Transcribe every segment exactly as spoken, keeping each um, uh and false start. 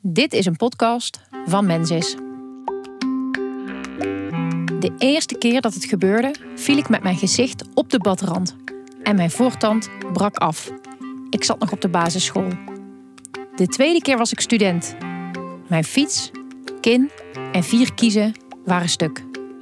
Dit is een podcast van Mensis. De eerste keer dat het gebeurde, viel ik met mijn gezicht op de badrand. En mijn voortand brak af. Ik zat nog op de basisschool. De tweede keer was ik student. Mijn fiets, kin en vier kiezen waren stuk.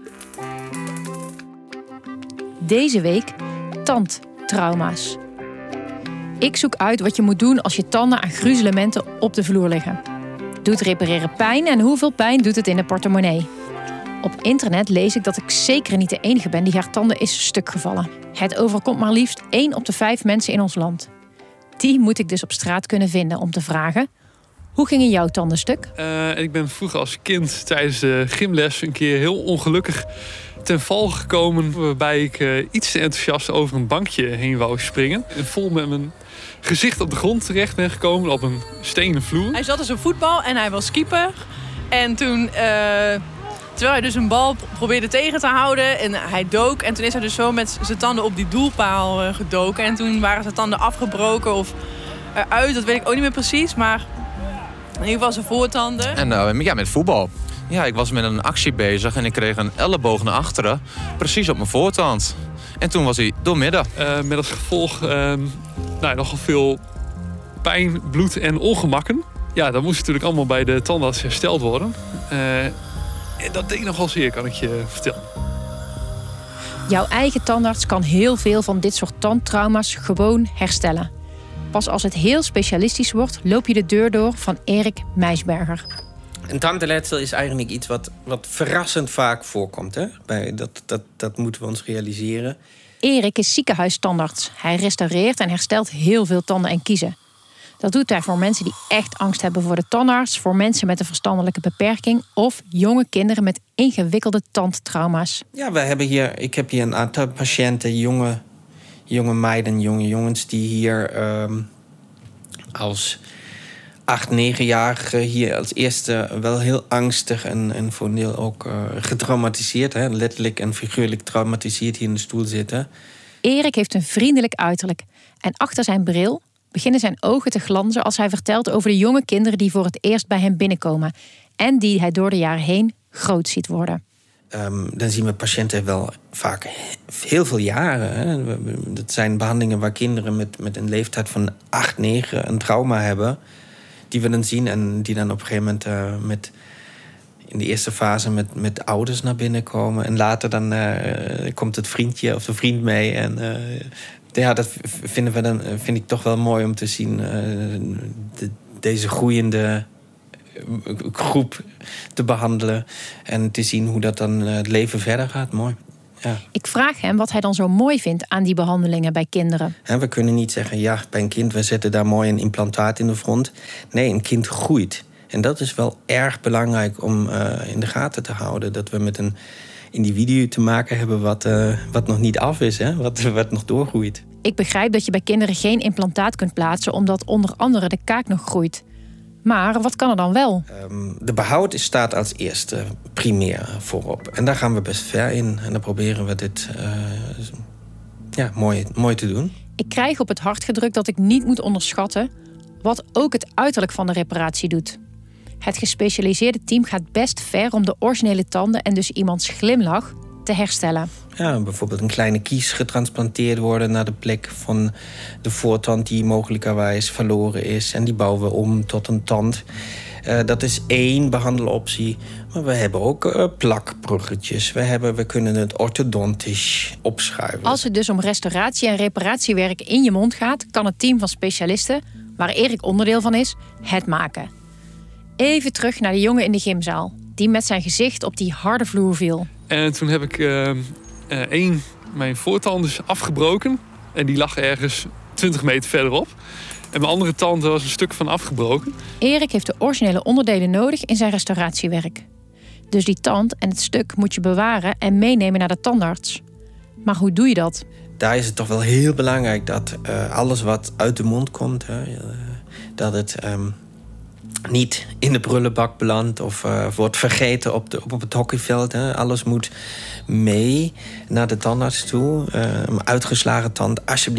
Deze week tandtrauma's. Ik zoek uit wat je moet doen als je tanden aan gruzelementen op de vloer liggen. Doet repareren pijn en hoeveel pijn doet het in de portemonnee? Op internet lees ik dat ik zeker niet de enige ben die haar tanden is stukgevallen. Het overkomt maar liefst één op de vijf mensen in ons land. Die moet ik dus op straat kunnen vinden om te vragen: hoe gingen jouw tanden stuk? Uh, ik ben vroeger als kind tijdens de gymles een keer heel ongelukkig ten val gekomen, waarbij ik uh, iets te enthousiast over een bankje heen wou springen. En vol met mijn gezicht op de grond terecht ben gekomen op een stenen vloer. Hij zat dus op voetbal en hij was keeper. En toen, uh, terwijl hij dus een bal probeerde tegen te houden en hij dook. En toen is hij dus zo met zijn tanden op die doelpaal uh, gedoken. En toen waren zijn tanden afgebroken of eruit, dat weet ik ook niet meer precies. Maar in ieder geval zijn voortanden. En uh, ja, met voetbal. Ja, ik was met een actie bezig en ik kreeg een elleboog naar achteren. Precies op mijn voortand. En toen was hij doormidden. Uh, met als gevolg uh, nou, nogal veel pijn, bloed en ongemakken. Ja, dat moest natuurlijk allemaal bij de tandarts hersteld worden. Uh, en dat deed nogal zeer, kan ik je vertellen. Jouw eigen tandarts kan heel veel van dit soort tandtrauma's gewoon herstellen. Pas als het heel specialistisch wordt, loop je de deur door van Erik Meisberger. Een tandletsel is eigenlijk iets wat, wat verrassend vaak voorkomt. Hè? Bij, dat, dat, dat moeten we ons realiseren. Erik is ziekenhuistandarts. Hij restaureert en herstelt heel veel tanden en kiezen. Dat doet hij voor mensen die echt angst hebben voor de tandarts, voor mensen met een verstandelijke beperking of jonge kinderen met ingewikkelde tandtrauma's. Ja, we hebben hier, ik heb hier een aantal patiënten, jonge, jonge meiden, jonge jongens die hier um, als acht, negenjarige hier als eerste wel heel angstig en, en voor een deel ook uh, getraumatiseerd, hè, letterlijk en figuurlijk traumatiseerd hier in de stoel zitten. Erik heeft een vriendelijk uiterlijk en achter zijn bril beginnen zijn ogen te glanzen als hij vertelt over de jonge kinderen die voor het eerst bij hem binnenkomen en die hij door de jaren heen groot ziet worden. Um, dan zien we patiënten wel vaak heel veel jaren. Hè. Dat zijn behandelingen waar kinderen met, met een leeftijd van acht, negen een trauma hebben, die we dan zien en die dan op een gegeven moment uh, met, in de eerste fase met, met ouders naar binnen komen. En later dan uh, komt het vriendje of de vriend mee. En uh, ja, dat vinden we dan, vind ik toch wel mooi om te zien. Uh, de, deze groeiende groep te behandelen. En te zien hoe dat dan uh, het leven verder gaat. Mooi. Ja. Ik vraag hem wat hij dan zo mooi vindt aan die behandelingen bij kinderen. En we kunnen niet zeggen, ja, bij een kind, we zetten daar mooi een implantaat in de front. Nee, een kind groeit. En dat is wel erg belangrijk om uh, in de gaten te houden. Dat we met een individu te maken hebben wat, uh, wat nog niet af is, hè? Wat, wat nog doorgroeit. Ik begrijp dat je bij kinderen geen implantaat kunt plaatsen, omdat onder andere de kaak nog groeit. Maar wat kan er dan wel? Um, de behoud staat als eerste primair voorop. En daar gaan we best ver in. En dan proberen we dit uh, ja, mooi, mooi te doen. Ik krijg op het hart gedrukt dat ik niet moet onderschatten wat ook het uiterlijk van de reparatie doet. Het gespecialiseerde team gaat best ver om de originele tanden en dus iemands glimlach te herstellen. Ja, bijvoorbeeld een kleine kies getransplanteerd worden naar de plek van de voortand die mogelijkerwijs verloren is. En die bouwen we om tot een tand. Uh, dat is één behandeloptie. Maar we hebben ook uh, plakbruggetjes. We, hebben, we kunnen het orthodontisch opschuiven. Als het dus om restauratie en reparatiewerk in je mond gaat, kan het team van specialisten, waar Erik onderdeel van is, het maken. Even terug naar de jongen in de gymzaal, die met zijn gezicht op die harde vloer viel. En toen heb ik uh, uh, één, mijn voortand dus afgebroken. En die lag ergens twintig meter verderop. En mijn andere tand was een stuk van afgebroken. Erik heeft de originele onderdelen nodig in zijn restauratiewerk. Dus die tand en het stuk moet je bewaren en meenemen naar de tandarts. Maar hoe doe je dat? Daar is het toch wel heel belangrijk dat uh, alles wat uit de mond komt, uh, dat het um, niet in de prullenbak belandt of uh, wordt vergeten op, de, op het hockeyveld. Hè. Alles moet mee naar de tandarts toe. Uh, een uitgeslagen tand, alsjeblieft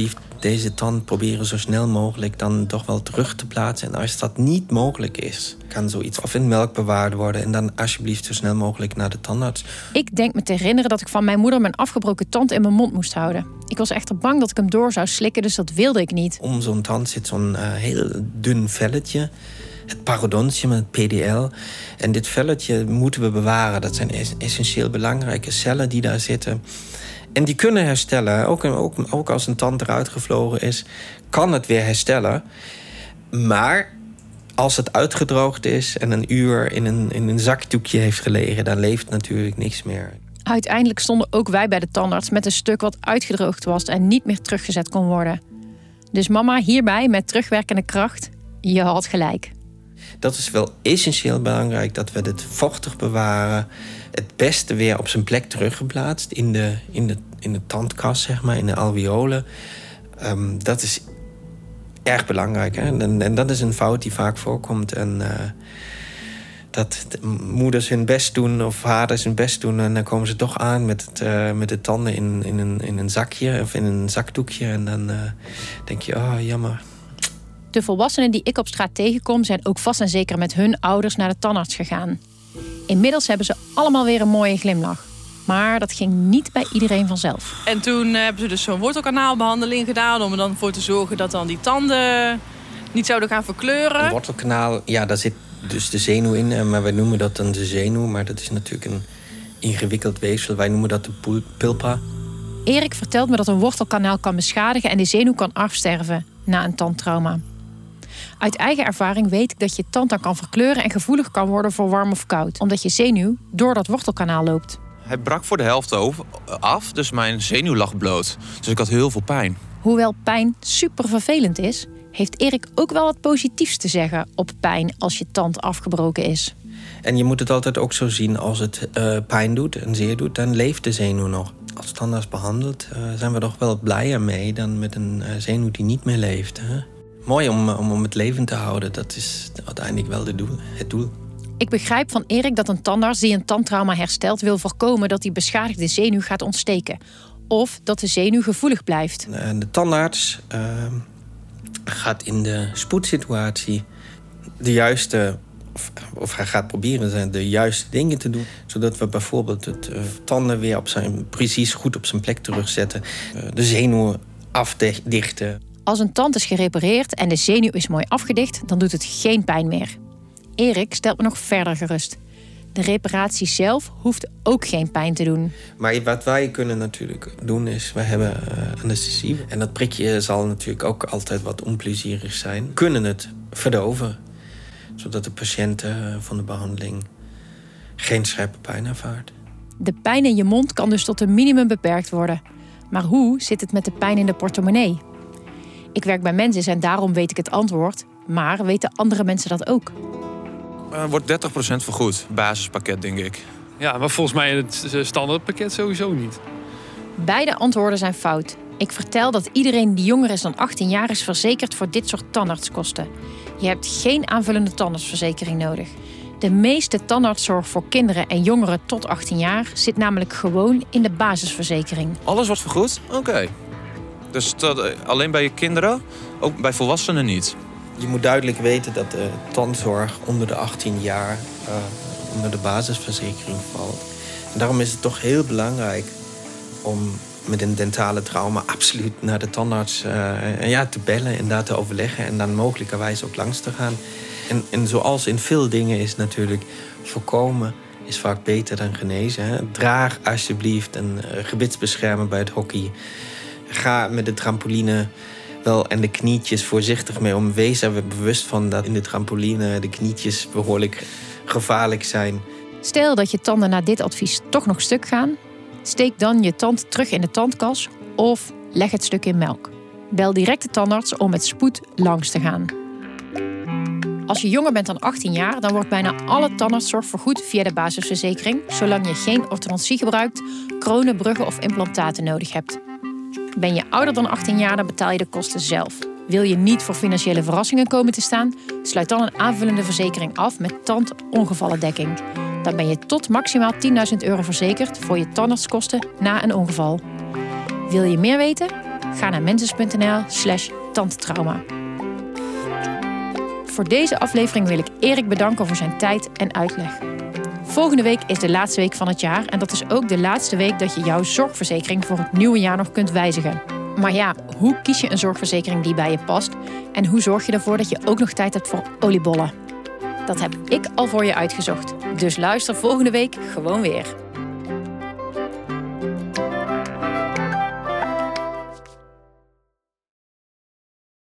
deze tand proberen zo snel mogelijk dan toch wel terug te plaatsen. En als dat niet mogelijk is, kan zoiets of in melk bewaard worden. En dan alsjeblieft zo snel mogelijk naar de tandarts. Ik denk me te herinneren dat ik van mijn moeder mijn afgebroken tand in mijn mond moest houden. Ik was echter bang dat ik hem door zou slikken, dus dat wilde ik niet. Om zo'n tand zit zo'n uh, heel dun velletje. Het parodontium, het P D L. En dit velletje moeten we bewaren. Dat zijn essentieel belangrijke cellen die daar zitten. En die kunnen herstellen. Ook, ook, ook als een tand eruit gevlogen is, kan het weer herstellen. Maar als het uitgedroogd is en een uur in een, in een zakdoekje heeft gelegen, dan leeft natuurlijk niks meer. Uiteindelijk stonden ook wij bij de tandarts met een stuk wat uitgedroogd was en niet meer teruggezet kon worden. Dus mama, hierbij met terugwerkende kracht, je had gelijk. Dat is wel essentieel belangrijk dat we dit vochtig bewaren. Het beste weer op zijn plek teruggeplaatst in de, in de, in de tandkas, zeg maar, in de alveolen. Um, dat is erg belangrijk. Hè? En, en dat is een fout die vaak voorkomt. En uh, dat moeders hun best doen of vaders hun best doen. En dan komen ze toch aan met, het, uh, met de tanden in, in, een, in een zakje of in een zakdoekje. En dan uh, denk je, oh, jammer. De volwassenen die ik op straat tegenkom zijn ook vast en zeker met hun ouders naar de tandarts gegaan. Inmiddels hebben ze allemaal weer een mooie glimlach. Maar dat ging niet bij iedereen vanzelf. En toen hebben ze dus zo'n wortelkanaalbehandeling gedaan om er dan voor te zorgen dat dan die tanden niet zouden gaan verkleuren. Een wortelkanaal, ja, daar zit dus de zenuw in. Maar wij noemen dat dan de zenuw. Maar dat is natuurlijk een ingewikkeld weefsel. Wij noemen dat de pulpa. Erik vertelt me dat een wortelkanaal kan beschadigen en de zenuw kan afsterven na een tandtrauma. Uit eigen ervaring weet ik dat je tand dan kan verkleuren en gevoelig kan worden voor warm of koud. Omdat je zenuw door dat wortelkanaal loopt. Hij brak voor de helft over, af, dus mijn zenuw lag bloot. Dus ik had heel veel pijn. Hoewel pijn super vervelend is, heeft Erik ook wel wat positiefs te zeggen op pijn als je tand afgebroken is. En je moet het altijd ook zo zien, als het uh, pijn doet en zeer doet, dan leeft de zenuw nog. Als tandarts behandeld uh, zijn we toch wel blijer mee dan met een uh, zenuw die niet meer leeft. Hè? Mooi om, om, om het leven te houden, dat is uiteindelijk wel de doel, het doel. Ik begrijp van Erik dat een tandarts die een tandtrauma herstelt wil voorkomen dat die beschadigde zenuw gaat ontsteken. Of dat de zenuw gevoelig blijft. De tandarts uh, gaat in de spoedsituatie de juiste, of, of hij gaat proberen de juiste dingen te doen. Zodat we bijvoorbeeld het uh, tanden weer op zijn, precies goed op zijn plek terugzetten. Uh, de zenuw afdichten. Als een tand is gerepareerd en de zenuw is mooi afgedicht, dan doet het geen pijn meer. Erik stelt me nog verder gerust. De reparatie zelf hoeft ook geen pijn te doen. Maar wat wij kunnen natuurlijk doen is, we hebben uh, anesthesie. En dat prikje zal natuurlijk ook altijd wat onplezierig zijn. We kunnen het verdoven, zodat de patiënt uh, van de behandeling geen scherpe pijn ervaart. De pijn in je mond kan dus tot een minimum beperkt worden. Maar hoe zit het met de pijn in de portemonnee? Ik werk bij Mensis en daarom weet ik het antwoord. Maar weten andere mensen dat ook? Uh, wordt dertig procent vergoed. Basispakket, denk ik. Ja, maar volgens mij het standaardpakket sowieso niet. Beide antwoorden zijn fout. Ik vertel dat iedereen die jonger is dan achttien jaar is verzekerd voor dit soort tandartskosten. Je hebt geen aanvullende tandartsverzekering nodig. De meeste tandartszorg voor kinderen en jongeren tot achttien jaar zit namelijk gewoon in de basisverzekering. Alles wordt vergoed? Oké. Okay. Dus dat, alleen bij je kinderen, ook bij volwassenen niet? Je moet duidelijk weten dat de tandzorg onder de achttien jaar uh, onder de basisverzekering valt. En daarom is het toch heel belangrijk om met een dentale trauma absoluut naar de tandarts uh, en ja, te bellen en daar te overleggen en dan mogelijkerwijs ook langs te gaan. En, en zoals in veel dingen is natuurlijk, voorkomen is vaak beter dan genezen. Hè? Draag alsjeblieft een uh, gebitsbeschermer bij het hockey. Ga met de trampoline wel en de knietjes voorzichtig mee om. Wees er bewust van dat in de trampoline de knietjes behoorlijk gevaarlijk zijn. Stel dat je tanden na dit advies toch nog stuk gaan. Steek dan je tand terug in de tandkas of leg het stuk in melk. Bel direct de tandarts om met spoed langs te gaan. Als je jonger bent dan achttien jaar, dan wordt bijna alle tandartszorg vergoed via de basisverzekering, zolang je geen orthodontie gebruikt, kronen, bruggen of implantaten nodig hebt. Ben je ouder dan achttien jaar, dan betaal je de kosten zelf. Wil je niet voor financiële verrassingen komen te staan? Sluit dan een aanvullende verzekering af met tandongevallendekking. Dan ben je tot maximaal tienduizend euro verzekerd voor je tandartskosten na een ongeval. Wil je meer weten? Ga naar mensis.nl slash tantetrauma. Voor deze aflevering wil ik Erik bedanken voor zijn tijd en uitleg. Volgende week is de laatste week van het jaar en dat is ook de laatste week dat je jouw zorgverzekering voor het nieuwe jaar nog kunt wijzigen. Maar ja, hoe kies je een zorgverzekering die bij je past? En hoe zorg je ervoor dat je ook nog tijd hebt voor oliebollen? Dat heb ik al voor je uitgezocht. Dus luister volgende week gewoon weer.